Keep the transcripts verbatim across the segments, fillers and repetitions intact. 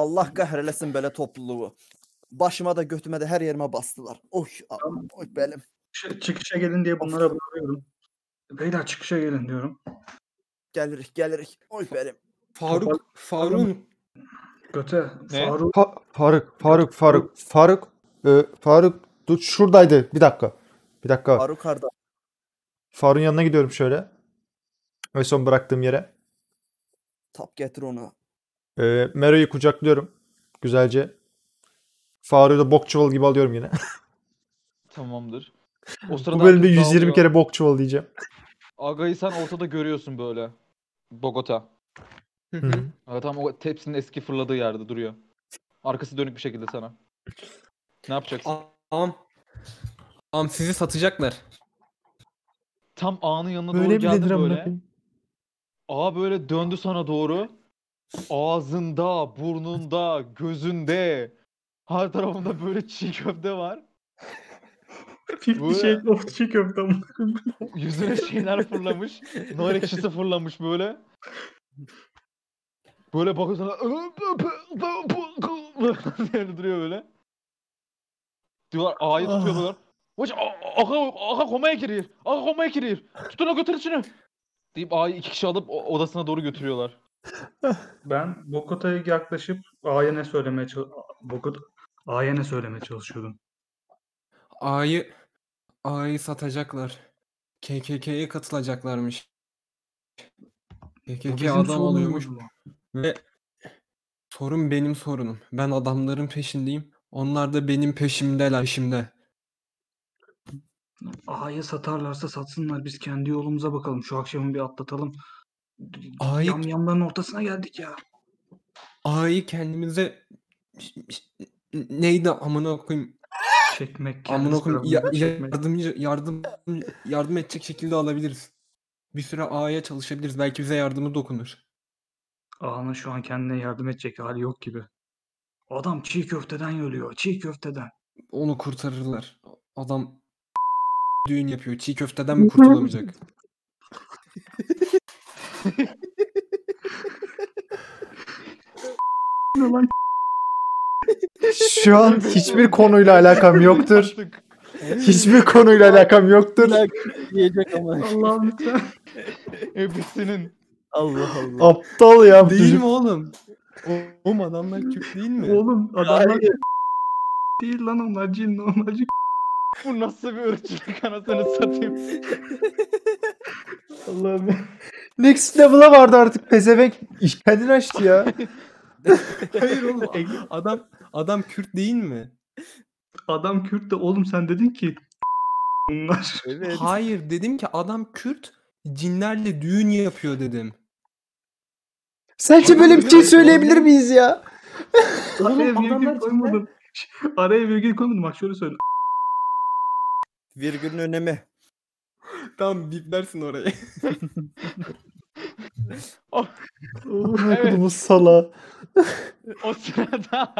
Allah qəhrələsin belə topluluğu. Başıma da götüme de her yerime bastılar. Oy, Tamam. oy belim. Çıkışa, çıkışa gelin diye bunlara bağırıyorum. Beyler çıkışa gelin diyorum. Gelirik, gelirik. Oy belim. Faruk, Faruk'un Göte, Ne? Faruk. Fa- Faruk, Faruk, Faruk, Faruk, e, Faruk, dur şuradaydı. Bir dakika. Bir dakika. Faruk karda. Faruk'un yanına gidiyorum şöyle. En son bıraktığım yere. Tap getir onu. E, Mero'yu kucaklıyorum. Güzelce. Faruk'u da bok çuvalı gibi alıyorum yine. Tamamdır. O sırada Bu bölümde herkes yüz yirmi dağılıyor. kere bok çuvalı diyeceğim. Aga'yı sen ortada görüyorsun böyle. Bogota. Hı hı. Evet, tam o tepsinin eski fırladığı yerde duruyor. Arkası dönük bir şekilde sana. Ne yapacaksın? Am. Am sizi satacaklar. Tam ağanın yanına Böyle doğru mi geldin denir amına böyle. koyayım? Ağa böyle döndü sana doğru. Ağzında, burnunda, gözünde, her tarafında böyle çiğ köfte var. Fifty Bu- Shades of çiğ köfte amına koyayım. Yüzüne şeyler fırlamış. Nar ekşisi fırlamış böyle. Böyle bakıyor sana. Yerde duruyor böyle. Diyorlar ağayı tutuyor böyle. Hoca aga aga komaya giriyor. Aga komaya giriyor. Tutun o götür şunu. Deyip ağayı iki kişi alıp o- odasına doğru götürüyorlar. Ben Bogota'ya yaklaşıp A'ya ne söylemeye çalış Bogota A'ya ne söylemeye çalışıyordum. A'yı A'yı satacaklar. K K K'ye katılacaklarmış. K K Bu K bizim adam alıyormuş sorunumuz mu? ve sorun benim sorunum. Ben adamların peşindeyim. Onlar da benim peşimdeler, peşimde. A'ya satarlarsa satsınlar, biz kendi yolumuza bakalım. Şu akşamı bir atlatalım. A'yı Yamyamların ortasına geldik ya. A'yı kendimize neydi amına koyayım? Çekmek, Amına kendi koyayım ya- sıramızda çekmek. yardımcı yardım yardım edecek şekilde alabiliriz. Bir süre A'ya çalışabiliriz. Belki bize yardımı dokunur. A'nın şu an kendine yardım edecek hali yok gibi. Adam çiğ köfteden ölüyor, çiğ köfteden. Onu kurtarırlar. Adam düğün yapıyor. Çiğ köfteden mi kurtulamayacak? Ne lan? Şu an hiçbir konuyla alakam yoktur. Artık. Hiçbir konuyla alakam yoktur. Yiyecek ama. Allah'ım lütfen. Hepsinin. Allah Allah. Aptal ya bu Değil çocuk. mi oğlum? O- Oğlum adamlar Kürt değil mi? Oğlum adamlar Hayır. değil lan, onlar cin, onlar cin. Bu nasıl bir ırkçılık, anasını satayım. Allah'ım ya. Next level'a vardı artık pezevenk. İş kendini açtı ya. Hayır oğlum. Adam adam Kürt değil mi? Adam Kürt de oğlum, sen dedin ki bunlar. Evet. Hayır dedim ki adam Kürt cinlerle düğün yapıyor dedim. Sence böyle bir şey söyleyebilir miyiz ya? Araya virgül adamlar koymadım. Araya virgül koymadım, bak şöyle söyle. Virgülün önemi. Tamam biplersin orayı. Evet. Bu sala. O sırada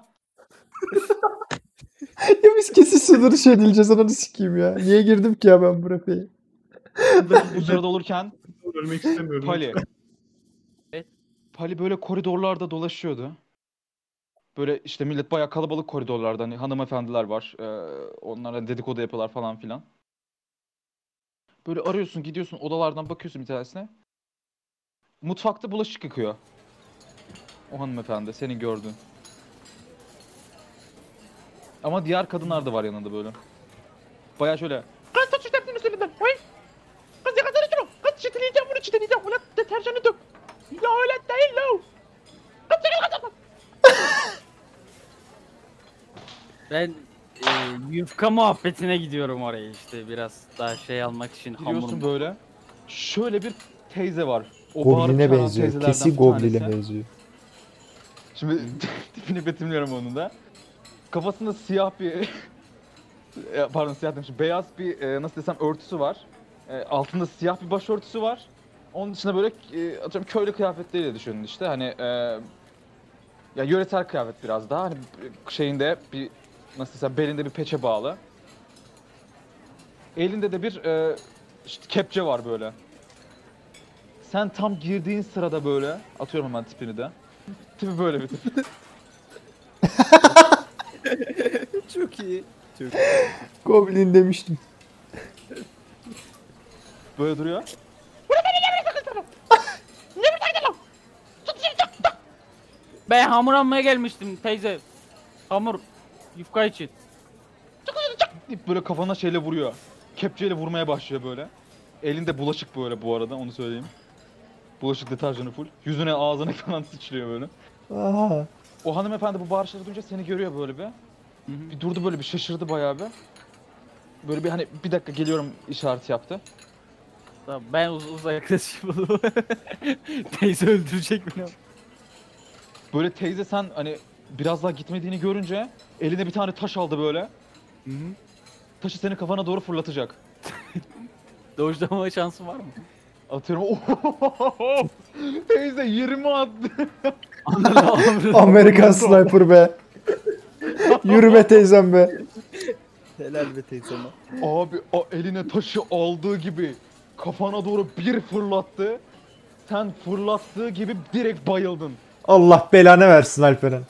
Ya biz kesin sınır edileceğiz, ananı sikeyim ya. Niye girdim ki ya ben bu rapeye? bu sırada olurken Ölmek istemiyorum. Pali. Pali böyle koridorlarda dolaşıyordu. Böyle işte millet bayağı kalabalık koridorlarda, hani hanımefendiler var. Ee, onlara dedikodu yapıyorlar falan filan. Böyle arıyorsun, gidiyorsun odalardan bakıyorsun bir tanesine. Mutfakta bulaşık yıkıyor. O hanımefendi senin gördüğün. Ama diğer kadınlar da var yanında böyle. Bayağı şöyle. Kız tut şu tepsinin üstünden. Oy. Kız yıkasana şunu. Kız çitileyeceğim bunu, çitileyeceğim. Ulan deterjanı dök. Ya öyle değil lo. Kız çekil kız. Ben e, yufka muhabbetine gidiyorum oraya işte biraz daha şey almak için Giriyorsun hamur. böyle. Şöyle bir teyze var. O bağırıp Goblin'e çağıran benziyor. teyzelerden Kesin bir Goblin'e tanesi. benziyor. Şimdi tipini betimliyorum onun da. Kafasında siyah bir Ya, pardon siyah demişim. Beyaz bir e, nasıl desem örtüsü var. E, altında siyah bir başörtüsü var. Onun dışında böyle e, atıyorum köylü kıyafetleriyle düşünün işte. Hani e, ya yöresel kıyafet biraz daha. Hani şeyinde bir nasıl desem belinde bir peçe bağlı. Elinde de bir e, işte kepçe var böyle. Sen tam girdiğin sırada böyle atıyorum hemen tipini de. Tipi böyle bir tip. Çok iyi. Çok Goblin demiştim. Böyle duruyor. Ben hamur almaya gelmiştim teyze. Hamur yufka için. deyip böyle kafana şeyle vuruyor. Kepçeyle vurmaya başlıyor böyle. Elinde bulaşık böyle bu arada, onu söyleyeyim. Bulaşık deterjanı full. Yüzüne ağzına falan sıçrıyor böyle. Aha. O hanımefendi bu bağırışları duyunca seni görüyor böyle bir. Bir durdu böyle, bir şaşırdı bayağı bir. Böyle bir hani bir dakika geliyorum işareti yaptı. Tamam, ben uz uzaklaşayım. Teyze öldürecek beni. Böyle teyze sen hani biraz daha gitmediğini görünce eline bir tane taş aldı böyle. Hı hı. Taşı senin kafana doğru fırlatacak. Dojlamama şansı var mı? Atıyorum. Ohohoho! Teyze yirmi attı. Amerikan sniper be. Yürü be teyzem be. Helal be teyzeme. Abi o eline taşı aldığı gibi kafana doğru bir fırlattı. Sen fırlattığı gibi direkt bayıldın. Allah belanı versin Alperen.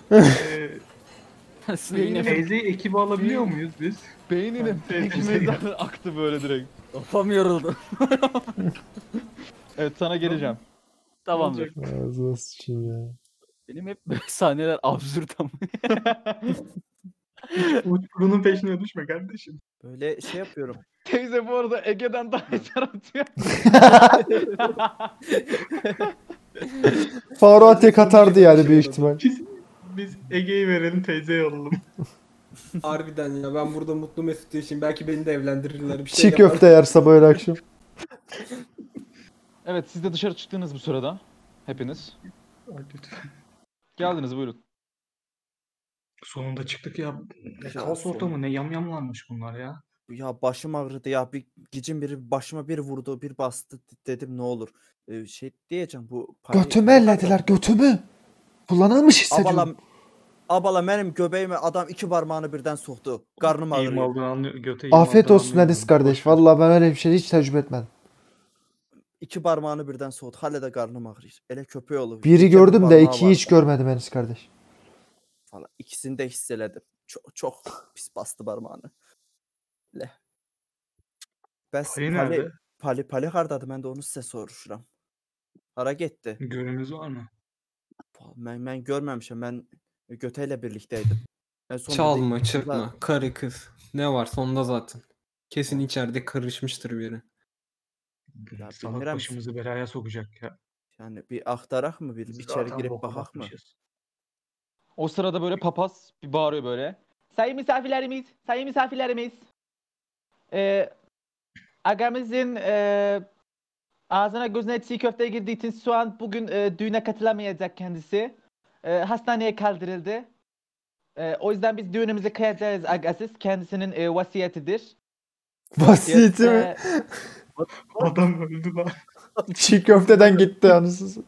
Yine Teyzeyi ekibe alabiliyor muyuz biz? Beyninin Ben pekmezden aktı böyle direkt. kafam yoruldu. Evet, sana geleceğim. Tamamdır. Ağzına sıçayım ya. Benim hep böyle sahneler absürt ama. Utku'nun peşine düşme kardeşim. Böyle şey yapıyorum. Teyze bu arada Ege'den daha eser atıyor. Faruk'a tek atardı yani büyük ihtimal. Biz, biz Ege'yi verelim, teyzeye alalım. Harbiden ya, ben burada mutlu mesut yaşayayım. Belki beni de evlendirirler, bir şey Çiğ yaparlar. köfte yer sabah öğle akşam. Evet, siz de dışarı çıktınız bu sırada. Hepiniz. Ay, lütfen. Geldiniz, buyurun. Sonunda çıktık ya. Ne Ya, kaos son- ortamı, ne yamyamlanmış bunlar ya. Ya başım ağrıdı ya. Bir gecin biri başıma bir vurdu, bir bastı. Dedim ne olur. Ee, şey diyeceğim bu. pari- Götümü pari- ellediler götümü. Kullanılmış hissediyorum. Abala, abala benim göbeğime adam iki parmağını birden soktu. Karnım İyim ağrıyor. aldığını anlıyor. Göte Afiyet olsun Enis kardeş. Vallahi ben öyle bir şey hiç tecrübe etmedim. İki parmağını birden soktu. Hala da karnım ağrıyor. Ele köpeği olur. Biri İki gördüm de parmağı ikiyi hiç vardı görmedim Enis kardeş. falan. İkisini de hisseledim. Çok çok pis bastı parmağını. Le. Ben Pali pali, nerede? pali pali hardadı. Ben de onu size soruşuram. Hara gitti. Görünüz var mı? Ben, ben görmemişim. Ben göteyle birlikteydim. En son Çalma, dedi- çırpma, karı kız. Ne var sonunda zaten. Kesin içeride karışmıştır biri. Ya Salak bilmirəm. başımızı belaya sokacak ya. Yani bir aktarak mı? Bir, Biz bir içeri zaten girip boka bakak mı? batmışız. O sırada böyle papaz bir bağırıyor böyle. Sayın misafirlerimiz, sayın misafirlerimiz. Ee, agamızın e, ağzına gözüne çiğ köfte girdiği için şu an bugün e, düğüne katılamayacak kendisi. E, hastaneye kaldırıldı. E, o yüzden biz düğünümüzü kıyacağız agasız. Kendisinin e, vasiyetidir. Vasiyeti mi? E, Adam öldü lan. Çiğ köfteden gitti anasını.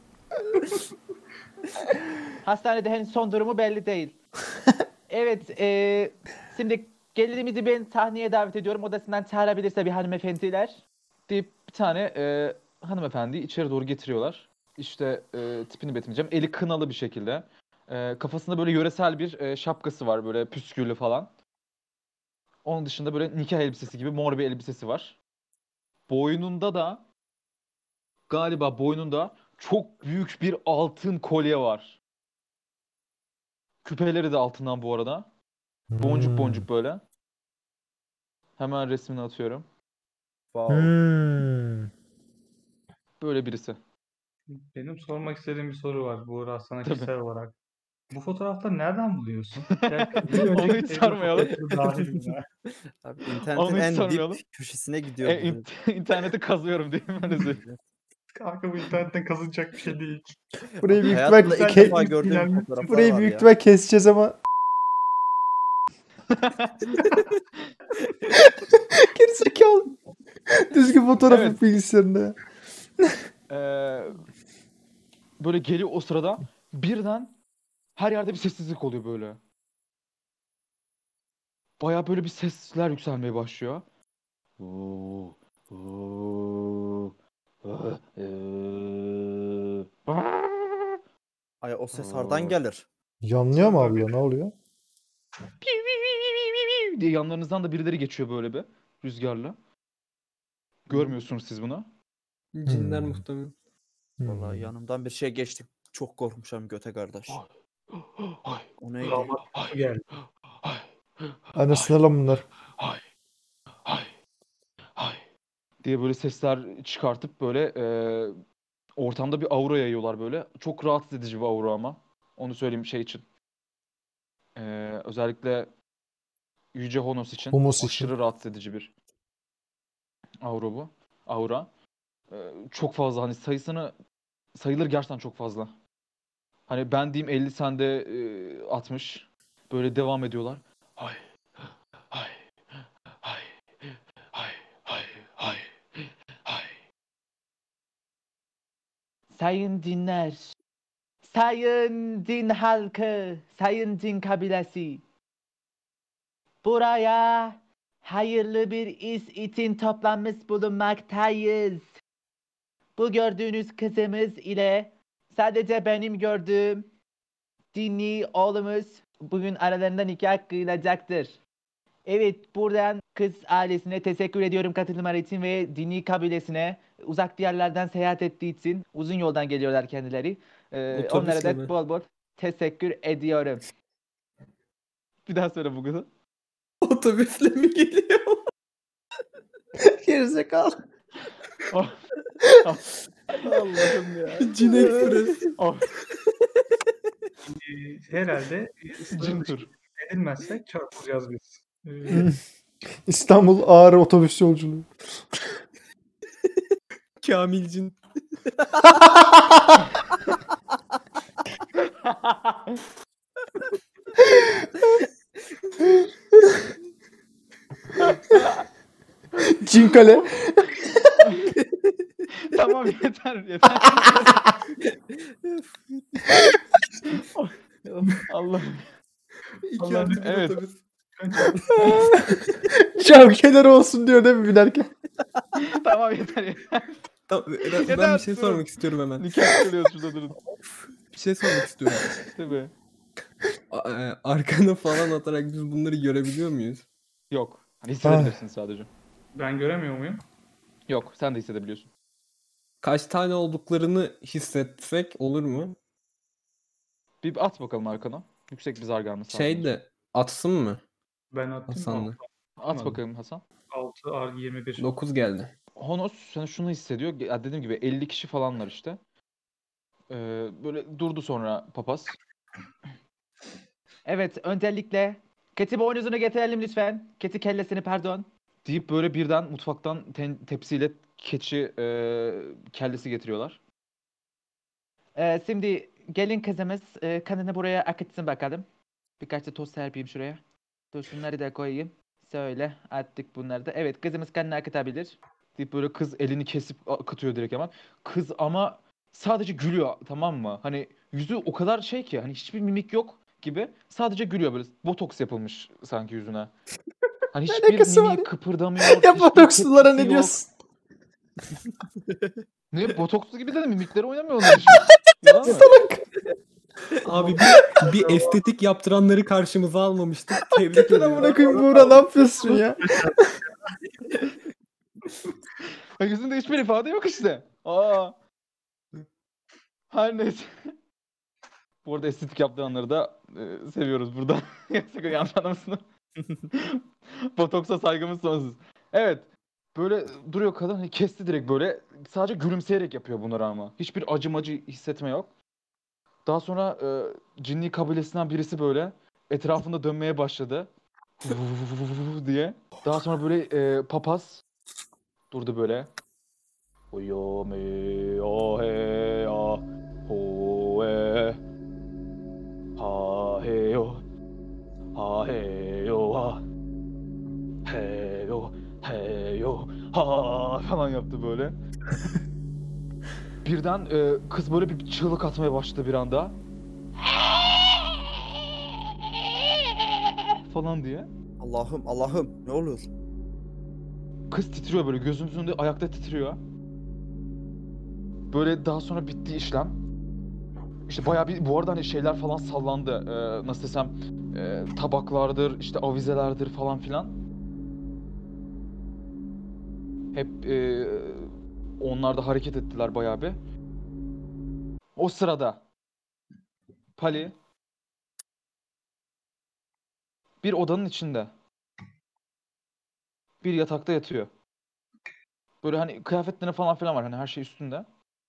hastanede henüz son durumu belli değil. Evet, e, şimdi gelinimizi ben sahneye davet ediyorum. Odasından çağırabilirse bir hanımefendiler. Deyip bir tane e, hanımefendi içeri doğru getiriyorlar. İşte e, tipini betimleyeceğim. Eli kınalı bir şekilde. E, kafasında böyle yöresel bir e, şapkası var, böyle püsküllü falan. Onun dışında böyle nikah elbisesi gibi mor bir elbisesi var. Boynunda da galiba boynunda çok büyük bir altın kolye var. Küpeleri de altından bu arada. Boncuk boncuk böyle. Hemen resmini atıyorum. Wow. Hmm. Böyle birisi. Benim sormak istediğim bir soru var Buğra, sana Tabii. kişisel olarak. Bu fotoğrafları nereden buluyorsun? Yani bir Onu önceki hiç teyze sarmayalım. fotoğrafı dahil buna. Abi Onu internetin hiç en sormayalım. dip köşesine gidiyor. E, bu. int- interneti kazıyorum değil mi? Öyle söyleyeyim. Kanka bu internetten kazınacak bir şey değil. Burayı büyük Hayatımda ihtimal ilk ke- defa gördüğüm Bilmem- fotoğraflar burayı var büyük ya. ihtimal keseceğiz ama gerizekalı. Düzgün fotoğraf Evet. yok bilgisayarında ya. Ee, böyle geliyor o sırada birden her yerde bir sessizlik oluyor böyle. Baya böyle bir sesler yükselmeye başlıyor. Oo, oo, ah, ee, Ay o ses Aa. hardan gelir. Yanlıyor mu abla ne oluyor? diye yanlarınızdan da birileri geçiyor böyle bir rüzgarla. Görmüyorsunuz siz bunu. Cinler Hmm. muhtemelen. Vallahi Hmm. yanımdan bir şey geçti. Çok korkmuşum göte kardeş. Ay, O neydi? Damat ay, geldi. ay, Anasını lan bunlar. ay, ay, ay diye böyle sesler çıkartıp böyle e, ortamda bir aura yayıyorlar böyle. Çok rahatsız edici bir aura ama. Onu söyleyeyim şey için. E, özellikle Yüce Honos için Homos için. aşırı rahatsız edici bir aura bu. Aura. E, çok fazla hani sayısını sayılır gerçekten çok fazla. Hani ben diyeyim elli sende e, altmış. Böyle devam ediyorlar. Hay hay hay hay hay hay hay. Sayın dinler, sayın din halkı, sayın din kabilesi. Buraya hayırlı bir iş için toplanmış bulunmaktayız. Bu gördüğünüz kızımız ile sadece benim gördüğüm dinli oğlumuz bugün aralarında nikah kıyılacaktır. Evet, buradan kız ailesine teşekkür ediyorum katılımları için ve dinli kabilesine uzak diyarlardan seyahat ettiği için uzun yoldan geliyorlar kendileri. Ee, onlara Otobüsle da mi? bol bol teşekkür ediyorum. Bir daha söyle bugün. Otobüsle mi geliyor? Gerizekalı. Allah'ım ya. Cin Express. Ee, herhalde Cin tur. edilmezsek çarpılacağız biz. Ee, İstanbul ağır otobüs yolculuğu. Kamil Cin. Cinkale. Tamam yeter yeter. Allah'ım. İki Allah'ım, artı bir evet. otobüs. Cam kenarı olsun diyor değil mi binerken? Tamam yeter yeter. Tamam, ben, ben Yeter, bir şey durun. sormak istiyorum hemen. Nikah kılıyoruz şurada durun. Bir şey sormak istiyorum. Tabii. A- e, Arkana falan atarak biz bunları görebiliyor muyuz? Yok. Hani hissedebilirsin sadece. Ben göremiyor muyum? Yok sen de hissedebiliyorsun. Kaç tane olduklarını hissetsek olur mu? Bir at bakalım arkana. Yüksek bir zarganlı sağ. Şey de atsın mı Ben attım. Hasan'la? At bakalım Hasan. altı artı yirmi bir. dokuz geldi. Honos sana şunu hissediyor. Ya dediğim gibi elli kişi falanlar işte. Ee, böyle durdu sonra papaz. Evet öncelikle Keti boynuzunu getirelim lütfen. Keti kellesini pardon. Deyip böyle birden mutfaktan ten- tepsiyle keçi e, kellesi getiriyorlar. Ee, şimdi gelin kızımız e, kanını buraya akıtsın bakalım. Birkaç da toz serpeyim şuraya. Dur şunları da koyayım. Şöyle attık bunları da. Evet kızımız kanını akıtabilir. Deyip böyle kız elini kesip akıtıyor direkt hemen. Kız ama sadece gülüyor tamam mı? Hani yüzü o kadar şey ki hani hiçbir mimik yok gibi. Sadece gülüyor böyle. Botoks yapılmış sanki yüzüne. Hani hiçbir alakası var mimiği ya? kıpırdamıyor. Ya hiçbir botokslulara tepkisi ne yok. diyorsun? Ne botokslu gibi de mimikleri oynamıyor onlar. Yalan mı? Abi bir, bir estetik yaptıranları karşımıza almamıştık. Tebrik Sen ediyorum. amına koyayım Buğra ne yapıyorsun ya? Ha, yüzünde hiçbir ifade yok işte. Aa. Her neyse. Bu arada estetik yaptıranları da e, seviyoruz burada. Sakın yanlış anlamasın. Botoksa saygımız sonsuz. Evet. Böyle duruyor kadın hani kesti direkt böyle. Sadece gülümseyerek yapıyor bunları ama. Hiçbir acımacı hissetme yok. Daha sonra e, cinni kabilesinden birisi böyle etrafında dönmeye başladı. diye. Daha sonra böyle e, papaz durdu böyle. Uyo me o he ya ho e ha he yo ha he yo ha he yo he yo ha falan yaptı böyle. Birden e, kız böyle bir çığlık atmaya başladı bir anda. falan diye. Allah'ım Allah'ım ne olur. Kız titriyor böyle gözümüzün önünde ayakta titriyor. Böyle daha sonra bitti işlem. İşte bayağı bir bu arada hani şeyler falan sallandı. Ee, nasıl desem e, tabaklardır, işte avizelerdir falan filan. Hep e, onlar da hareket ettiler bayağı bir. O sırada Pali bir odanın içinde bir yatakta yatıyor. Böyle hani kıyafetleri falan filan var, hani her şey üstünde.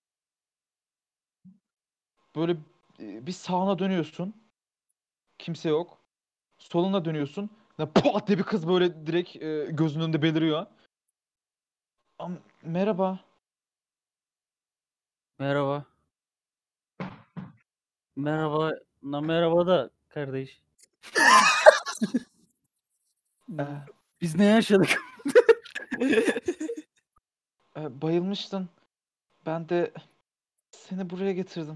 Böyle e, bir sağına dönüyorsun. Kimse yok. Soluna dönüyorsun. Ya pat diye bir kız böyle direkt e, gözünün önünde beliriyor. Am merhaba. Merhaba. Merhaba. Na merhaba da kardeş. Ee, Biz ne yaşadık? e, bayılmıştın. Ben de seni buraya getirdim.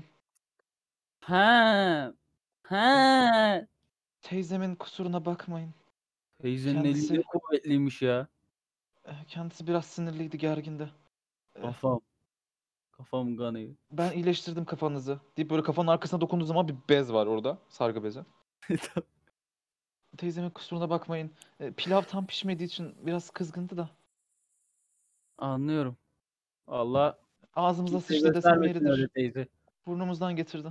Ha. Ha. Teyzemin kusuruna bakmayın. Teyzenin Kendisi- eli ne kuvvetliymiş ya. E, kendisi biraz sinirliydi, gergindi. Kafam. Kafam kanıyor. Ben iyileştirdim kafanızı. Deyip böyle kafanın arkasına dokunduğu zaman bir bez var orada. Sargı bezi. Teyzemin kusuruna bakmayın. E, pilav tam pişmediği için biraz kızgındı da. Anlıyorum. Allah Ağzımıza kimse sıçtı desem göstermesin öyle yeridir. teyze. Burnumuzdan getirdi.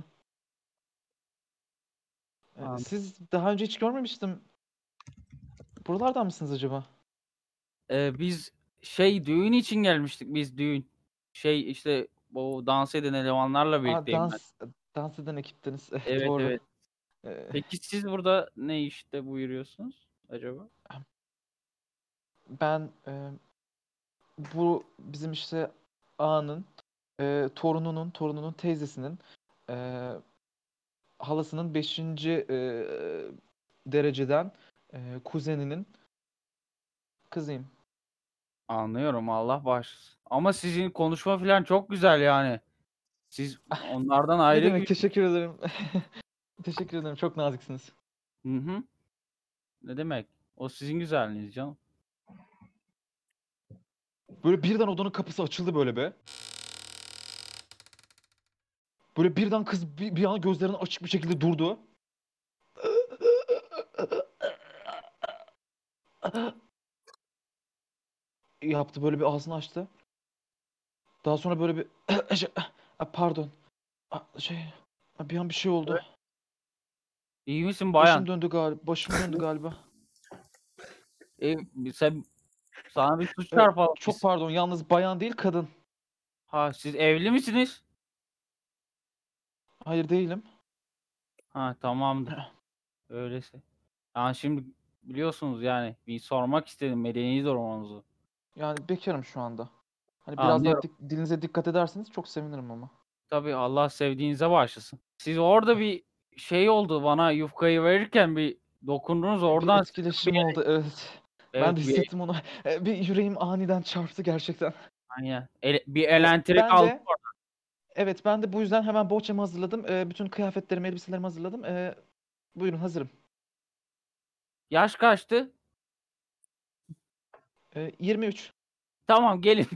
E, Anladım. siz daha önce hiç görmemiştim. Buralardan mısınız acaba? Ee, biz şey düğün için gelmiştik biz düğün. Şey işte bu dans eden elemanlarla Aa, birlikteyim ben. dans, dans eden ekiptiniz. Eh, Evet doğru. evet. E, Peki siz burada ne işte buyuruyorsunuz acaba? ben e, bu bizim işte ağanın e, torununun torununun teyzesinin e, halasının beşinci e, dereceden e, kuzeninin kızıyım. Anlıyorum Allah bağışlasın. Ama sizin konuşma falan çok güzel yani. Siz onlardan Ne ayrı demek, bir... teşekkür ederim. Teşekkür ederim. Çok naziksiniz. Hı hı. Ne demek? O sizin güzelliğiniz canım. Böyle birden odanın kapısı açıldı böyle be. Böyle birden kız bir, bir an gözlerini açık bir şekilde durdu. Yaptı, böyle bir ağzını açtı. Daha sonra böyle bir şey, ah, pardon. Ah, Şey ah, bir an bir şey oldu. İyi misin Başım bayan? döndü galiba. Başım döndü galiba. E, sen sana bir suç Ee, çarpalım çok biz. pardon. Yalnız bayan değil, kadın. Ha siz evli misiniz? Hayır, değilim. Ha tamamdır. Öyleyse. Yani şimdi biliyorsunuz yani bir sormak istedim medeni durumunuzu. Yani bekarım şu anda. Hani biraz daha Anlıyorum. dik- dilinize dikkat ederseniz çok sevinirim ama. Tabii Allah sevdiğinize bağışlasın. Siz orada bir şey oldu bana yufkayı verirken bir dokundunuz Bir oradan etkileşim oldu, evet. Ben evet, de bir, hissettim onu. Ee, Bir yüreğim aniden çarptı gerçekten. aynen. Ele- bir Ee, elentiri ben kaldı de evet ben de bu yüzden hemen bohçamı hazırladım. Ee, bütün kıyafetlerimi, elbiselerimi hazırladım. Ee, buyurun, hazırım. Yaş kaçtı? Ee, yirmi üç. Tamam gelin.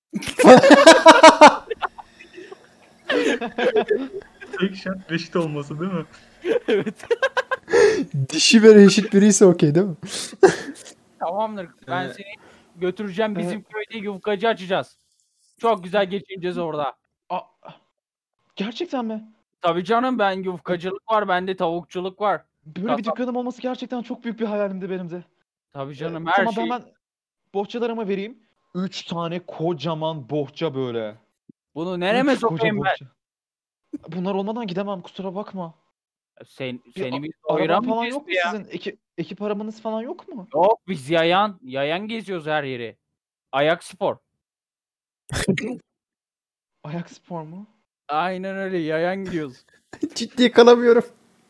Tek şart reşit olması değil mi? Evet. Dişi ve reşit biriyse okey değil mi? Tamamdır. Ben Ee, seni götüreceğim. e- Bizim köyde yufkacı açacağız. Çok güzel geçineceğiz orada. Aa, gerçekten mi? Tabii canım ben yufkacılık var, bende tavukçuluk var. Böyle bir Kasap. dükkanım olması gerçekten çok büyük bir hayalimdi benim de. Tabii Ee, canım her tamam, şey. ben hemen bohçalarıma vereyim. Üç tane kocaman bohça böyle. Bunu nereme Üç koca sokayım ben? bohça. Bunlar olmadan gidemem, kusura bakma. Sen, Bir seni a- biz araban falan doyuramayacağız yok mu ya. sizin? Eki- ekip arabanız falan yok mu? Yok biz yayan, yayan geziyoruz her yeri. Ayak spor. Ayak spor mu? Aynen öyle yayan gidiyoruz. Ciddi kalamıyorum.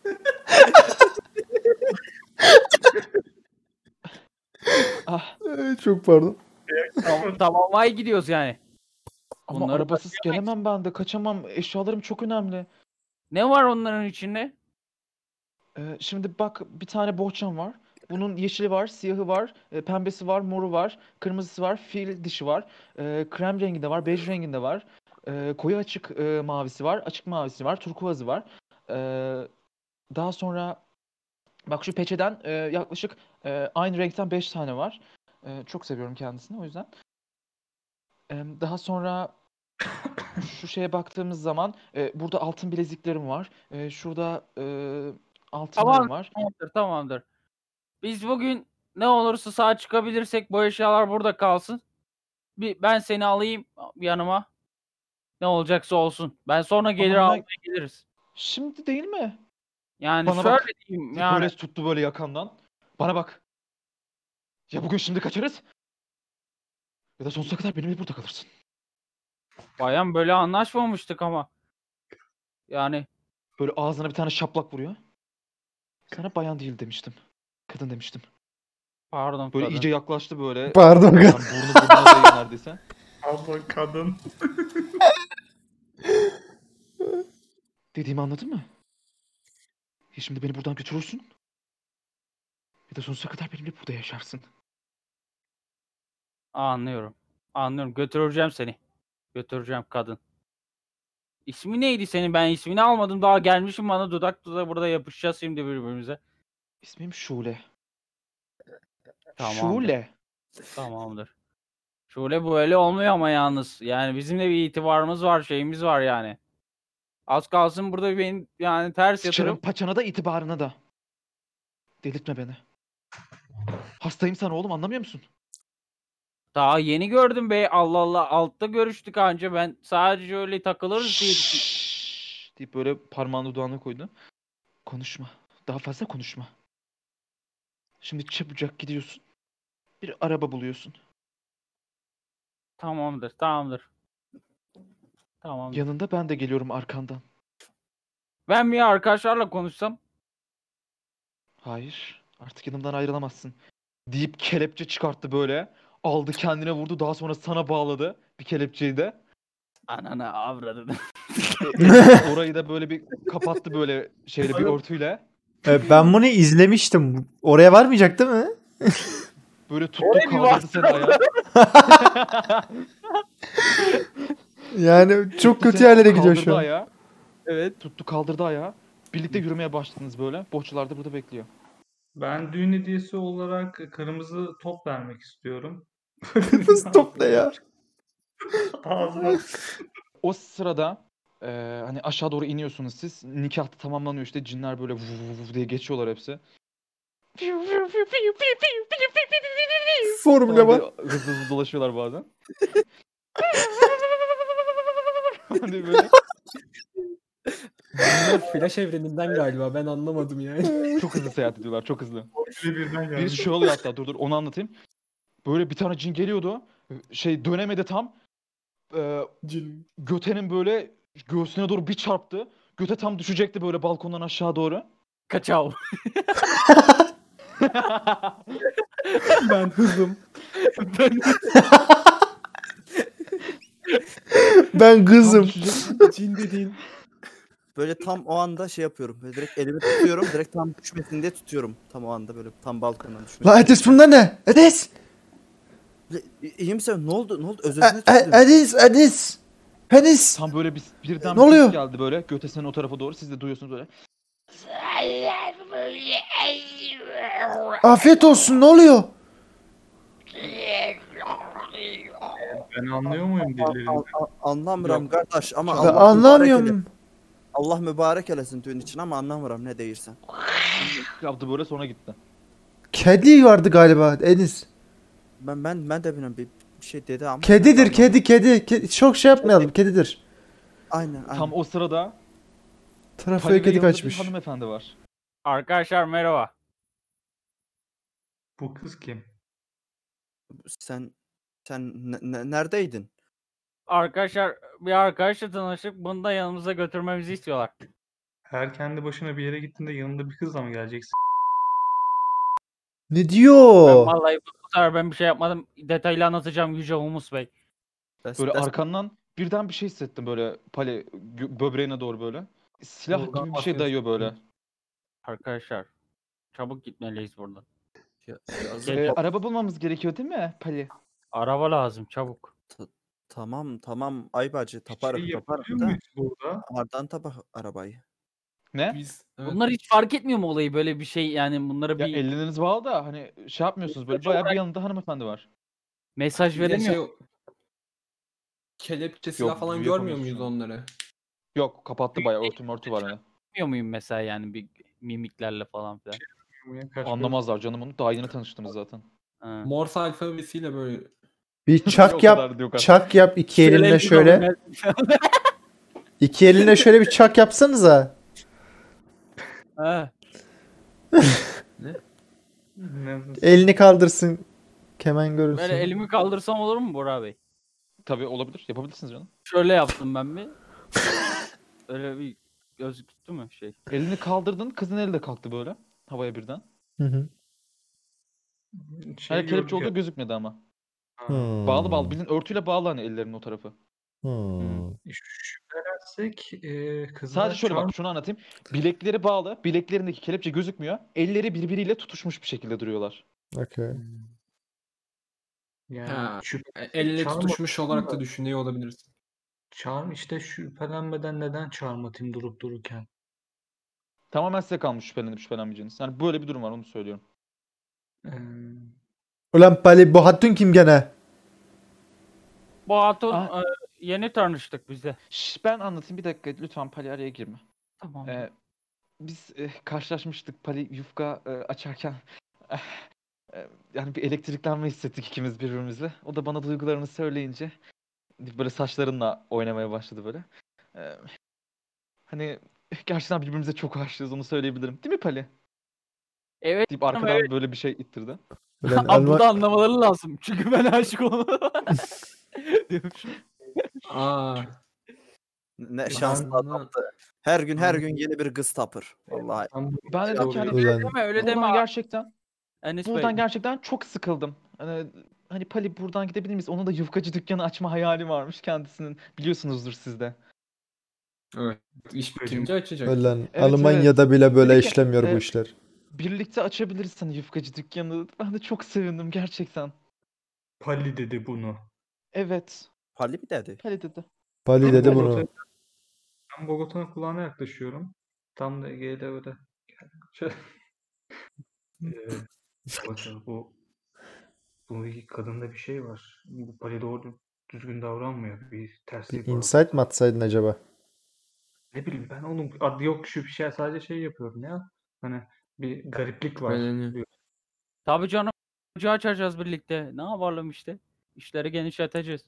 Ah, Ee, Çok pardon. Tamam, tamamaya gidiyoruz yani. ama Bunları arabasız taşıyamayız. gelemem ben de, kaçamam. Eşyalarım çok önemli. Ne var onların içinde? Ee, şimdi bak, bir tane bohçam var. Bunun yeşili var, siyahı var, e, pembesi var, moru var, kırmızısı var, fil dişi var. E, krem renginde var, bej renginde var. Ee, koyu açık e, mavisi var, açık mavisi var, turkuazı var. Ee, daha sonra bak şu peçeden e, yaklaşık e, aynı renkten beş tane var. E, çok seviyorum kendisini o yüzden. E, daha sonra şu şeye baktığımız zaman e, burada altın bileziklerim var. E, şurada e, altınlarım Tamam, var. tamamdır, tamamdır. Biz bugün ne olursa sağ çıkabilirsek bu eşyalar burada kalsın. Bir, ben seni alayım yanıma. Ne olacaksa olsun. Ben sonra gelir hemen- almaya geliriz. Şimdi değil mi? Yani Bana şöyle bak. diyeyim Böyle yani. tuttu böyle yakamdan. Bana bak. Ya bugün şimdi kaçarız. Ya da sonsuza kadar benimle burada kalırsın. Bayan böyle anlaşmamıştık ama. Yani Böyle ağzına bir tane şaplak vuruyor. Sana bayan değil demiştim. Kadın demiştim. pardon Böyle kadın. iyice yaklaştı böyle. Pardon Yani kadın. burnu burnuna değiyor neredeyse. Abla kadın. Dediğimi anladın mı? Ya şimdi beni buradan götürürsün. Ya da sonsuza kadar benimle burada yaşarsın. Anlıyorum. Anlıyorum. Götüreceğim seni. Götüreceğim kadın. İsmi neydi senin? Ben ismini almadım. Daha gelmişim bana dudak dudağa burada yapışacağız şimdi birbirimize. İsmim Şule. Tamamdır. Şule. Tamamdır. Şöyle böyle olmuyor ama yalnız. Yani bizim de bir itibarımız var, şeyimiz var yani. Az kalsın burada benim yani ters Sıçarım yatırıp paçana da itibarına da. Delirtme beni. Hastayım sana oğlum anlamıyor musun? daha yeni gördüm bey. Allah Allah, altta görüştük anca, ben sadece öyle takılırız diye düşün- Şşş deyip böyle parmağını dudağına koydu. Konuşma. Daha fazla konuşma. Şimdi çabucak gidiyorsun. Bir araba buluyorsun. Tamamdır, tamamdır. Tamamdır. Yanında ben de geliyorum arkandan. Ben bir arkadaşlarla konuşsam. Hayır. Artık yanımdan ayrılamazsın. Deyip kelepçe çıkarttı böyle. Aldı kendine vurdu. Daha sonra sana bağladı. Bir kelepçeyi de. Anana avradını. Orayı da böyle bir kapattı böyle şeyle bir örtüyle. E, ben bunu izlemiştim. Oraya varmayacak değil mi? Böyle tuttu kaldırdı seni ayağa. Yani çok Tuttu kötü seni, yerlere gidiyor kaldırdı şu an. ayağa. Evet. Tuttu kaldırdı ayağa. Birlikte yürümeye başladınız böyle. Bohçalar da burada bekliyor. Ben düğün hediyesi olarak kırmızı top vermek istiyorum. Kırmızı top ne ya? Ağzına. O sırada eee, hani aşağı doğru iniyorsunuz siz. Nikah da tamamlanıyor işte. Cinler böyle vuv vuv vuv diye geçiyorlar hepsi. Formüle Falan bak. böyle hızlı hızlı dolaşıyorlar bazen. Hani böyle Bunlar Flash evreninden galiba, ben anlamadım yani. çok hızlı seyahat ediyorlar. Çok hızlı. Biri birden geldi. Birisi şöyle oluyor hatta dur dur onu anlatayım. Böyle bir tane cin geliyordu. Şey dönemedi tam. Ee, Cin. Göte'nin böyle göğsüne doğru bir çarptı. Göte tam düşecekti böyle balkondan aşağı doğru. Kaçav. Ben hızım. Ben Tam kızım. düşecek. Cin dediğin. Böyle tam o anda şey yapıyorum. Böyle direkt elimi tutuyorum. Direkt tam düşmesin diye tutuyorum. Tam o anda böyle tam balkondan düşmesin. La Edis bunlar ne? Edis! Böyle, "İ- İyi misin? Ne oldu? Ne oldu? E- Özledin E- Edis! Edis! Penis! Tam böyle bir, birden Ne bir ses oluyor? geldi böyle. Göte senin o tarafa doğru. Siz de duyuyorsunuz böyle. Afiyet olsun, ne oluyor? Ben anlıyor muyum dillerini? An- an- Anlamıyorum kardeş ama Ben Ben Allah mübarek ele- anlamıyorum. Allah mübarek eləsin düğün için ama anlamıyorum ne deyirsən. Yaptı böyle sonra gitti. Kedi vardı galiba Edis. Ben ben ben de bilmiyorum bir, bir şey dedi ama. Kedidir, Anlamadım. kedi, kedi. Ke- Çok şey yapmayalım, kedidir. Aynen aynen. Tam o sırada Trafoya Halil'in kedi yanında bir kaçmış. hanımefendi var. Arkadaşlar merhaba. Bu kız kim? Sen sen ne- ne- neredeydin? Arkadaşlar bir arkadaşla tanışıp bunu da yanımıza götürmemizi istiyorlar. Her kendi başına bir yere gittiğinde yanında bir kızla mı geleceksin? Ne Ben diyor? vallahi bu bu sefer ben bir şey yapmadım. Detaylı anlatacağım Yüce Humus Bey. Des- Böyle des- arkandan birden bir şey hissettim böyle pale gö- böbreğine doğru böyle. Silah Oradan gibi bir şey bakıyorsun. dayıyor böyle. Arkadaşlar çabuk gitmeliyiz buradan. Ya- ya- Gel- Ee, araba bulmamız gerekiyor değil mi Pali? Araba lazım çabuk. Tamam tamam Aybacı taparım Şey taparım yapabiliyor da. muyuz burada? Ardından tapak arabayı. Ne? Biz evet, Bunlar hiç fark etmiyor mu olayı böyle bir şey yani bunlara Ya bir elleriniz bağlı da hani şey yapmıyorsunuz böyle bayağı bir yanında hanımefendi var. mesaj ya veremiyor şey kelepçe silah Yok, falan büyü görmüyor yapamıyoruz muyuz şu an. onları? Yok kapattı bayağı örtü mörtü var hani. muyum mesela yani bir mimiklerle falan filan. Kaç Anlamazlar canım onu. Daha yeni tanıştınız zaten. Ha. Morse alfabesiyle böyle Bir O çak kadar yap. diyor kanka. Çak yap iki elinle Şöyle şöyle. bir- İki elinle şöyle bir çak yapsanıza. Ha. Ne- Elini kaldırsın. Kemen görünsün. Böyle elimi kaldırsam olur mu Bora Bey? Tabii olabilir. Yapabilirsiniz canım. Şöyle yaptım ben bir. Öyle bir gözüktü mü şey? Elini kaldırdın kızın eli de kalktı böyle. Havaya birden. Hı hı. Şey Hani kelepçe gördük ya. olduğu gözükmedi ama. Ha. Hmm. Bağlı bağlı. Bildiğin örtüyle bağlı hani ellerinin o tarafı. Hmm. Şüphelensek e, kızlar Sadece şöyle charm bak şunu anlatayım. Bilekleri bağlı. Bileklerindeki kelepçe gözükmüyor. Elleri birbiriyle tutuşmuş bir şekilde duruyorlar. Okey. yani Ha, şüphe- elle charm tutuşmuş atayım olarak da- da düşünüyor olabilirsin. charm işte şüphelenmeden neden charm atayım durup dururken? Tamamen size kalmış şüphelenip şüphelenmeyeceğiniz. Yani böyle bir durum var onu söylüyorum. Ee, Ulan Pali bu hatun kim gene? Bu hatun Ah. e, yeni tanıştık biz de. Şş, ben anlatayım bir dakika lütfen Pali araya girme. Tamam. Ee, biz e, karşılaşmıştık Pali yufka e, açarken. E, yani bir elektriklenme hissettik ikimiz birbirimizle. O da bana duygularını söyleyince böyle saçlarınla oynamaya başladı böyle. Ee, hani gerçekten birbirimize çok aşığız onu söyleyebilirim. Değil mi Pali? Evet. Deyip arkadan böyle bir şey ittirdi. Ulan Abi burada Alman... anlamaları lazım. Çünkü ben aşık olmadım. Diyormuş. Aa, Ne şanslı ben- adamdı. Her gün her gün yeni bir kız tapır. Vallahi. tam bu- Ben dedim ki hani Ulan Deme öyle deme. buradan abi. gerçekten Enes buradan Bey. gerçekten çok sıkıldım. Hani, hani Pali buradan gidebilir miyiz? Onun da yufkacı dükkanı açma hayali varmış kendisinin. Biliyorsunuzdur siz de. evet. İş bitince açacak. ulan Evet, Almanya'da bile böyle Dedi ki, işlemiyor bu e, işler. Birlikte açabiliriz hani yufkacı dükkanı. Ben de çok sevindim gerçekten. Pali dedi bunu. Evet. Pali mi dedi? Pali dedi. Pali Hem dedi Pali- bunu. Ben Bogota'nın kulağına yaklaşıyorum. Tam da Ege'de öyle. Şöyle. Ee, Bogota, bu bu kadında bir şey var. Bu Pali doğru düzgün davranmıyor. Bir terslik Bir var. insight mı atsaydın acaba? Ne bileyim ben onun adı yok şu bir şey sadece şey yapıyorum ya. Hani bir gariplik var. Şüpheleniyor. diyor. Tabii canım. Ocağı açacağız birlikte. Ne yapalım işte. İşleri genişleteceğiz.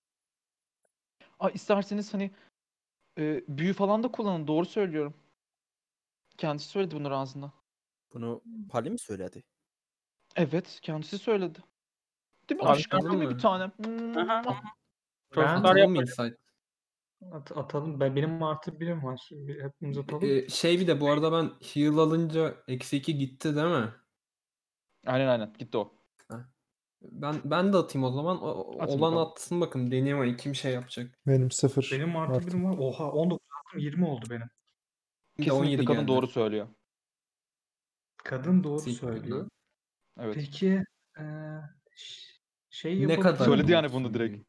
Aa, isterseniz hani e, büyü falan da kullanın. Doğru söylüyorum. Kendisi söyledi bunu ağzından. Bunu Pali mi söyledi? Evet, kendisi söyledi. Değil mi Abi, aşkım? anladın Değil mi mı? bir tanem? Aha. Mua. Ben Çocuklar Atalım yapmadı. insight. at- atalım. Ben benim artı birim var. Bir, hepimiz atalım. Ee, şey bir de bu arada ben heal alınca eksi iki gitti değil mi? Aynen aynen. Gitti o. Ben ben de atayım o zaman. O, o- Atın olan bakalım. atsın bakın. Deneyim hani kim şey yapacak. Benim sıfır. Benim artı Artı. birim var. Oha on dokuz attım yirmi oldu benim. Bir de on Kesinlikle yedi kadın geldi. doğru söylüyor. Kadın doğru Siktir söylüyor. lan. Evet. Peki eee, ş- şey Ne yapabiliyor kadar Söyledi muyum? yani bunu direkt.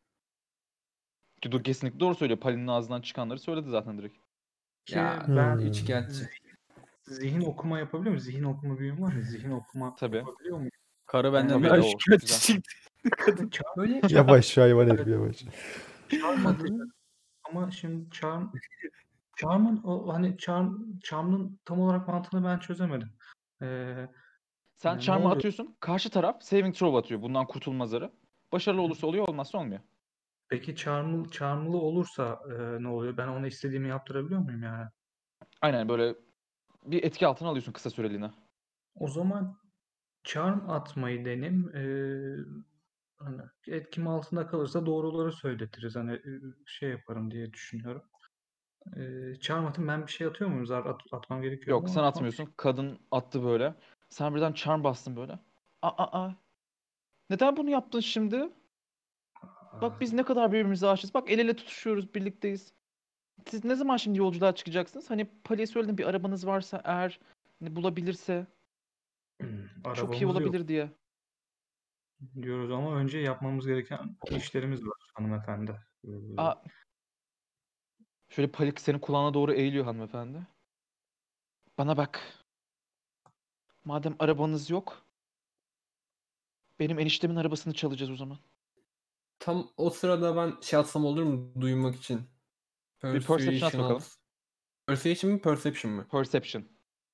Ki dur kesinlikle doğru söylüyor. Pali'nin ağzından çıkanları söyledi zaten direkt. Ki Ya ben Hmm. üç geldi. zihin okuma yapabiliyor muyum? Zihin okuma büyüm var ya. Zihin okuma Tabii. yapabiliyor muyum? Karı benden Tabii, daha o, şikayetçi güzel. çıktı. Kadın. Charm, Böyle Yavaş hayvan herif yavaş. charm atacağım. Ama şimdi charm charm'ın o hani charm charm'ın tam olarak mantığını ben çözemedim. Ee, Sen ne charm'ı oluyor? atıyorsun. Karşı taraf saving throw atıyor. Bundan kurtulmazları. Başarılı olursa oluyor, olmazsa olmuyor. Peki charm'lı charm'lı olursa e, ne oluyor? Ben ona istediğimi yaptırabiliyor muyum yani? Aynen böyle bir etki altına alıyorsun kısa süreliğine. O zaman charm atmayı denim. Ee, hani etkim altında kalırsa doğruları söyletiriz. Hani e, şey yaparım diye düşünüyorum. Ee, charm atın ben bir şey atıyor muyum? Zar at, atmam gerekiyor Yok mu? sen Atmam. atmıyorsun. Kadın attı böyle. Sen birden charm bastın böyle. Aa aa aa. Neden bunu yaptın şimdi? Bak biz ne kadar birbirimize aşığız. Bak el ele tutuşuyoruz, birlikteyiz. Siz ne zaman şimdi yolculuğa çıkacaksınız? Hani Pali'ye söyledim bir arabanız varsa eğer hani bulabilirse Hmm, çok iyi arabamız yok olabilir diye. diyoruz ama önce yapmamız gereken işlerimiz var. hanımefendi. Ee, Aa, şöyle Palik senin kulağına doğru eğiliyor hanımefendi. Bana bak. Madem arabanız yok, benim eniştemin arabasını çalacağız o zaman. Tam o sırada ben şey atsam olur mu duymak için? Bir perception at bakalım. at. Persuasion mi perception mı? Perception.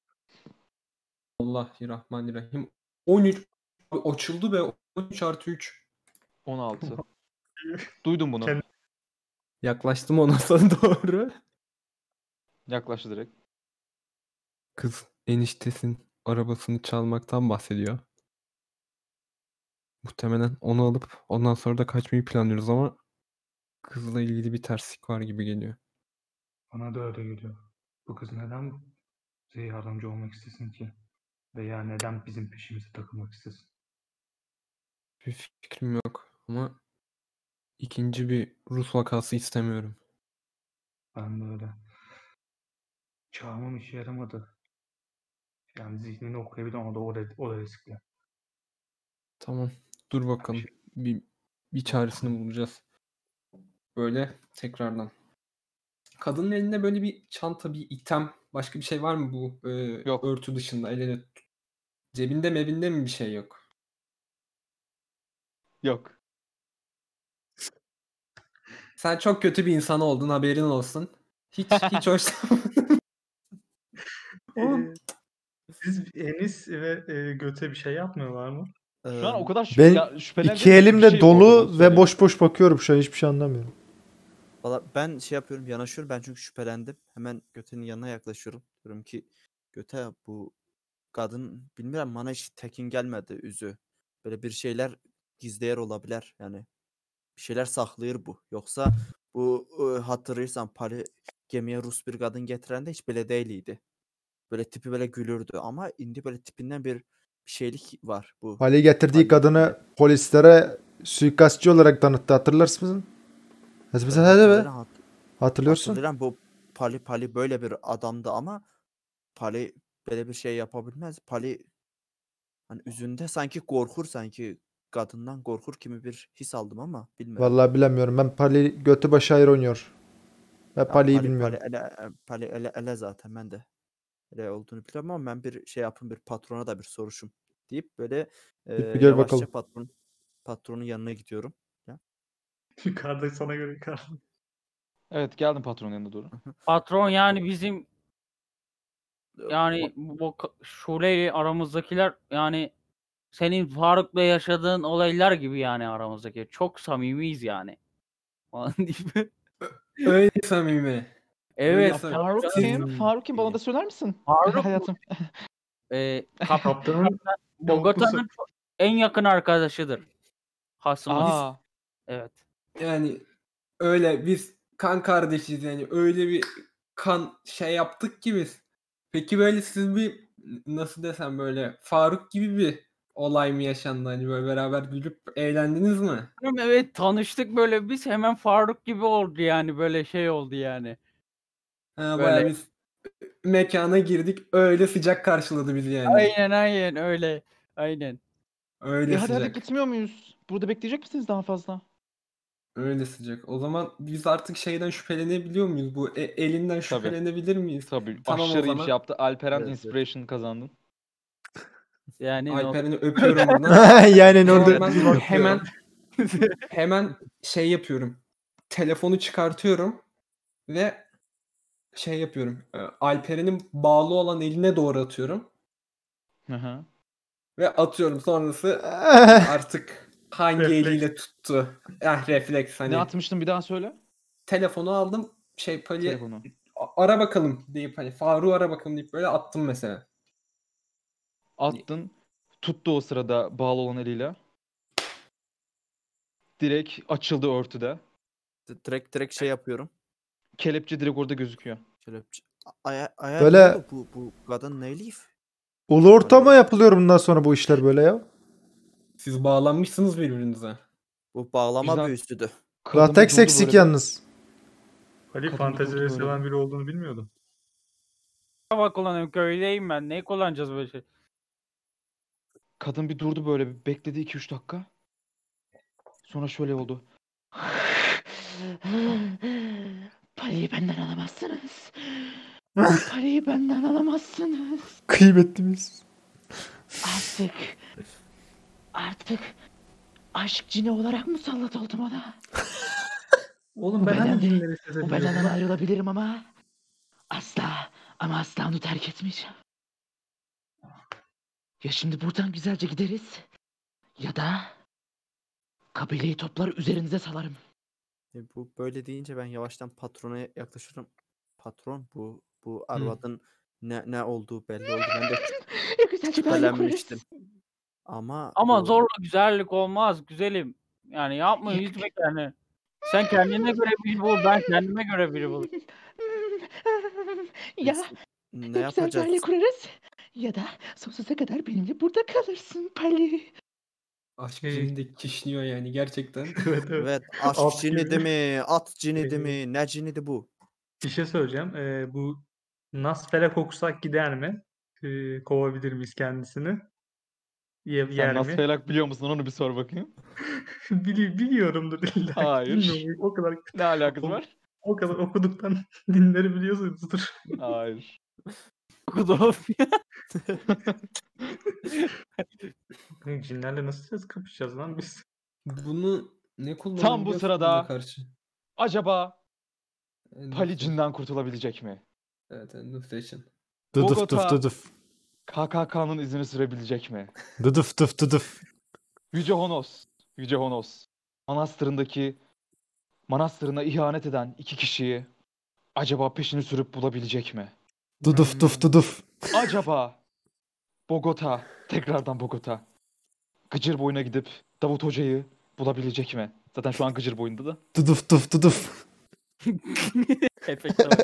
Allahirrahmanirrahim. on üç. Abi açıldı be. on üç artı üç. on altı. Duydum bunu. Kendi- Yaklaştım ona sana doğru. Yaklaştı direkt. Kız eniştesin arabasını çalmaktan bahsediyor. Muhtemelen onu alıp ondan sonra da kaçmayı planlıyoruz ama kızla ilgili bir terslik var gibi geliyor. Bana da öyle geliyor. Bu kız neden bize yardımcı olmak istesin ki? Veya neden bizim peşimize takılmak istesin? Bir fikrim yok ama ikinci bir Rus vakası istemiyorum. Ben de öyle. Çağırmam işe yaramadı. Yani zihnini okuyabilirim ama da o da, o da riskli. Tamam. Dur bakalım. şey- Bir, bir çaresini bulacağız. Böyle tekrardan. Kadının elinde böyle bir çanta, bir item, başka bir şey var mı bu e, Yok. örtü dışında? El ele tut- Cebinde mebinde mi bir şey yok? Yok. Sen çok kötü bir insan oldun, haberin olsun. Hiç hiç hoşlanmadım. Oğlum, Siz Enis ve e, Göte bir şey yapmıyorlar mı? Şu an o Eee, kadar şüphe, Ben ya, şüphelendiğim iki bir elimle şey yok orada, dolu onu ve söyleyeyim. boş boş bakıyorum şu an hiçbir şey anlamıyorum. Valla ben şey yapıyorum, yanaşıyorum. Ben çünkü şüphelendim. Hemen Göte'nin yanına yaklaşıyorum. Diyorum ki Göte, bu kadın bilmiyorum, bana hiç tekin gelmedi üzü. Böyle bir şeyler gizleyer olabilir yani. Bir şeyler saklıyor bu. Yoksa bu e, hatırlıyorsan Pali gemiye Rus bir kadın getirende hiç böyle değildi. Böyle tipi böyle gülürdü ama indi böyle tipinden bir bir şeylik var bu. Ali getirdiği Ali- kadını polislere suikastçı olarak tanıttı, hatırlarsın mısın? Ben Mesela hadi be. hatırlarım, hat- Hatırlıyorsun. hatırlarım bu Pali Pali böyle bir adamdı ama Pali böyle bir şey yapabilmez. Pali hani üzünde sanki korkur, sanki kadından korkur kimi bir his aldım ama bilmiyorum. Vallahi bilemiyorum. Ben Pali götü başı ayrı oynuyor. Ben Ya Pali'yi Pali, bilmiyorum. Pali, ele, Pali ele, ele zaten ben de ele olduğunu biliyorum ama ben bir şey yapın, bir patrona da bir soruşum deyip böyle e, Git bir gör yavaşça bakalım. patron patronun yanına gidiyorum. Yukarıda sana göre yukarıda. Evet, geldim patronun yanına doğru. Patron yani bizim yani bu bu ka- Şule ile aramızdakiler yani senin Faruk'la yaşadığın olaylar gibi yani aramızdaki. Çok samimiyiz yani. Falan deyip. öyle samimi. Evet. Öyle Faruk canım. kim? Faruk kim? Bana da söyler misin? Faruk mu? Hayatım. E, kap Kaptanın Bogota'nın çok- en yakın arkadaşıdır. Hasımız. Aa, Evet. Yani öyle biz kan kardeşiz yani öyle bir kan şey yaptık ki biz. Peki böyle siz bir nasıl desem böyle Faruk gibi bir olay mı yaşandı hani böyle beraber gülüp eğlendiniz mi? Evet, tanıştık böyle biz hemen Faruk gibi oldu yani böyle şey oldu yani. Ha, Böyle. bayağı biz mekana girdik öyle sıcak karşıladı bizi yani. Aynen aynen öyle. Aynen. Öyle e hadi hadi sıcak. gitmiyor muyuz? Burada bekleyecek misiniz daha fazla? Öyle sıcak. O zaman biz artık şeyden şüphelenebiliyor muyuz? Bu e- elinden Tabii. şüphelenebilir miyiz? Tabii. Tamam, o Aşırı iyi bir zaman. şey yaptı. Alperen Evet, evet. Inspiration kazandın. Yani no- Alperen'i öpüyorum buradan. Yani ne O oldu? zaman ben hemen hemen şey yapıyorum. Telefonu çıkartıyorum ve şey yapıyorum. e, Alperen'in bağlı olan eline doğru atıyorum Hı hı. ve atıyorum. Sonrası artık hangi Refleks. eliyle tuttu. Ah, refleks hani. Ne atmıştın bir daha söyle. Telefonu aldım. Şey Pali Telefonu. "A- ara bakalım" deyip hani Faruk'u ara bakalım deyip böyle attım mesela. Attın. Tuttu o sırada bağlı olan eliyle. Direkt açıldı örtüde. D- Direkt direkt şey yapıyorum. Kelepçe direkt orada gözüküyor. Şöyle ç- aya aya Böyle- ne oldu? bu bu kadın neyliyif? Ulu orta mı yapılıyor bundan sonra bu işler böyle ya? Siz bağlanmışsınız birbirinize. Bu bağlama Güzel. büyüsüdü. Kadın bir Latex durdu eksik böyle. yalnız. Ali Kadın bir fantezileri durdu böyle. seven biri olduğunu bilmiyordum. hava kullanıyorum köydeyim ben. Ne kullanacağız böyle şey? Kadın bir durdu böyle. Bir bekledi iki üç dakika. Sonra şöyle oldu. Parayı benden alamazsınız. Parayı benden alamazsınız. Kıymetlimiz. Artık, artık aşk cini olarak musallat oldum ona. Oğlum Bu ben hangi bedenden- cinleri Bu sezebiliyorum bedenden lan? ayrılabilirim ama asla ama asla onu terk etmeyeceğim. Ya şimdi buradan güzelce gideriz ya da kabileyi toplar üzerinize salarım. E, bu böyle deyince ben yavaştan patrona yaklaşırım. Patron bu bu arvadın ne ne olduğu belli oldu. Ben de Ya güzelce bir aile kurarız. şüphelenmiştim. Ama Ama bu zorla güzellik olmaz güzelim. Yani yapma Ya- üzme kendini. Sen kendine göre biri bul, ben kendime göre biri bul. Ya biz ne güzelce yapacağız? aile kurarız ya da sonsuza kadar benimle burada kalırsın Pali. Aşk Ee, cini de kişniyor yani gerçekten. Evet evet. Evet, aşk At cinidi gibi. mi? At cinidi Evet. mi? Ne cinidi bu? Bir şey söyleyeceğim. Ee, bu Nasfele kokusak gider mi? Ee, kovabilir miyiz kendisini? Ye, Sen yer nasıl mi? felak biliyor musun onu bir sor bakayım. Bili, biliyorumdur illa. ki. Hayır. Bilmiyorum. O kadar Ne alakası o, var? o kadar okuduktan dinleri biliyorsunuzdur. Hayır. Kudofya. Cinlerle nasıl ses kapışacağız lan biz? Bunu ne kullanabiliyorsun Tam bu buna sırada karşı? acaba End of Pali session. cinden kurtulabilecek mi? Evet, end of session. Dıdıf Bogota- dıf dıdıf. K K K'nın izini sürebilecek mi? Dıdıf dıf dıdıf. Yüce Honos, Yüce Honos. Manastırındaki, manastırına ihanet eden iki kişiyi acaba peşini sürüp bulabilecek mi? Dıdıf dıf dıdıf. Acaba Bogota, tekrardan Bogota, Gıcır boyuna gidip Davut Hoca'yı bulabilecek mi? Zaten şu an Gıcır boyunda da. Dıdıf dıf dıdıf. Efekte bak.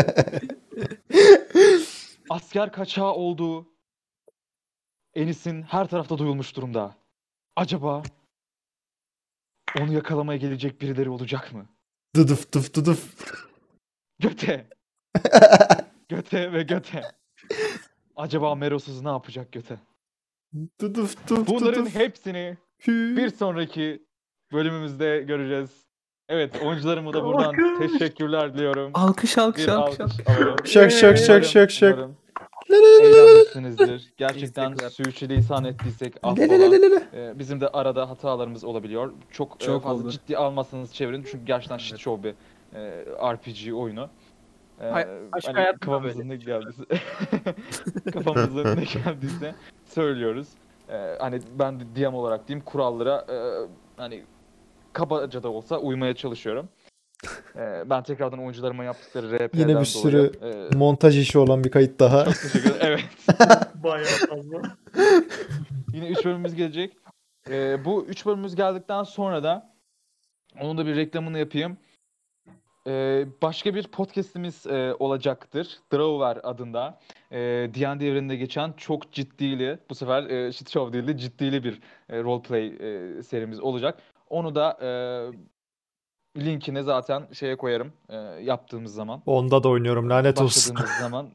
Asker kaçağı olduğu Enis'in her tarafta duyulmuş durumda. Acaba onu yakalamaya gelecek birileri olacak mı? Dıdıf dıf dıdıf. Göte, göte ve göte. Acaba Merosuz ne yapacak göte? Dıdıf dıf Bunların dıdıf. hepsini Hü. bir sonraki bölümümüzde göreceğiz. Evet, oyuncularıma da buradan Alkış. teşekkürler diliyorum. Alkış alkış Bir alkış. alkış alkış. alalım. Şak şak şak Umarım- şak şak. umarım eğlenmişsinizdir. Gerçekten Teşekkürler. sürçülisan ettiysek Le le le affola. le le le. Ee, bizim de arada hatalarımız olabiliyor. Çok, e, Çok fazla oldu. ciddi almazsanız çevirin. Çünkü gerçekten shit show bir e, R P G oyunu. Ee, Hay- aşk hani hayatında kafamızın ne geldiyse kafamızın ne geldiyse söylüyoruz. Ee, hani ben de D M olarak diyeyim kurallara e, hani kabaca da olsa uymaya çalışıyorum. Ee, ben tekrardan oyuncularıma yaptıkları R P'den Yine bir dolayı, sürü e, montaj işi olan bir kayıt daha. çok teşekkür ederim. Evet. Bayağı fazla. Yine üç bölümümüz gelecek. Ee, bu üç bölümümüz geldikten sonra da onun da bir reklamını yapayım. Ee, başka bir podcast'imiz e, olacaktır. Drawer adında. Ee, D and D evreninde geçen çok ciddili, bu sefer e, shit show değil de ciddili bir e, roleplay e, serimiz olacak. Onu da e, linkini zaten şeye koyarım e, yaptığımız zaman. Onda da oynuyorum lanet olsun. Başladığımız zaman.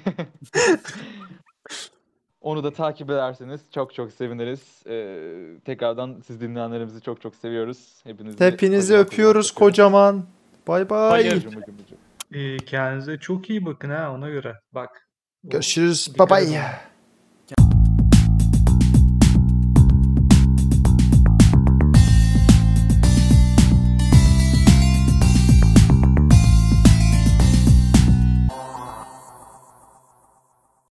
Onu da takip ederseniz çok çok seviniriz. Ee, tekrardan siz dinleyenlerimizi çok çok seviyoruz. Hepinizi Hepinizi kocaman öpüyoruz kocaman kocaman. Bay bay. Hayır. öpüyorum. Gıcım gıcım gıcım. Ee, kendinize çok iyi bakın ha ona göre. Bak. O- Görüşürüz. dikkat Bye edin. bye.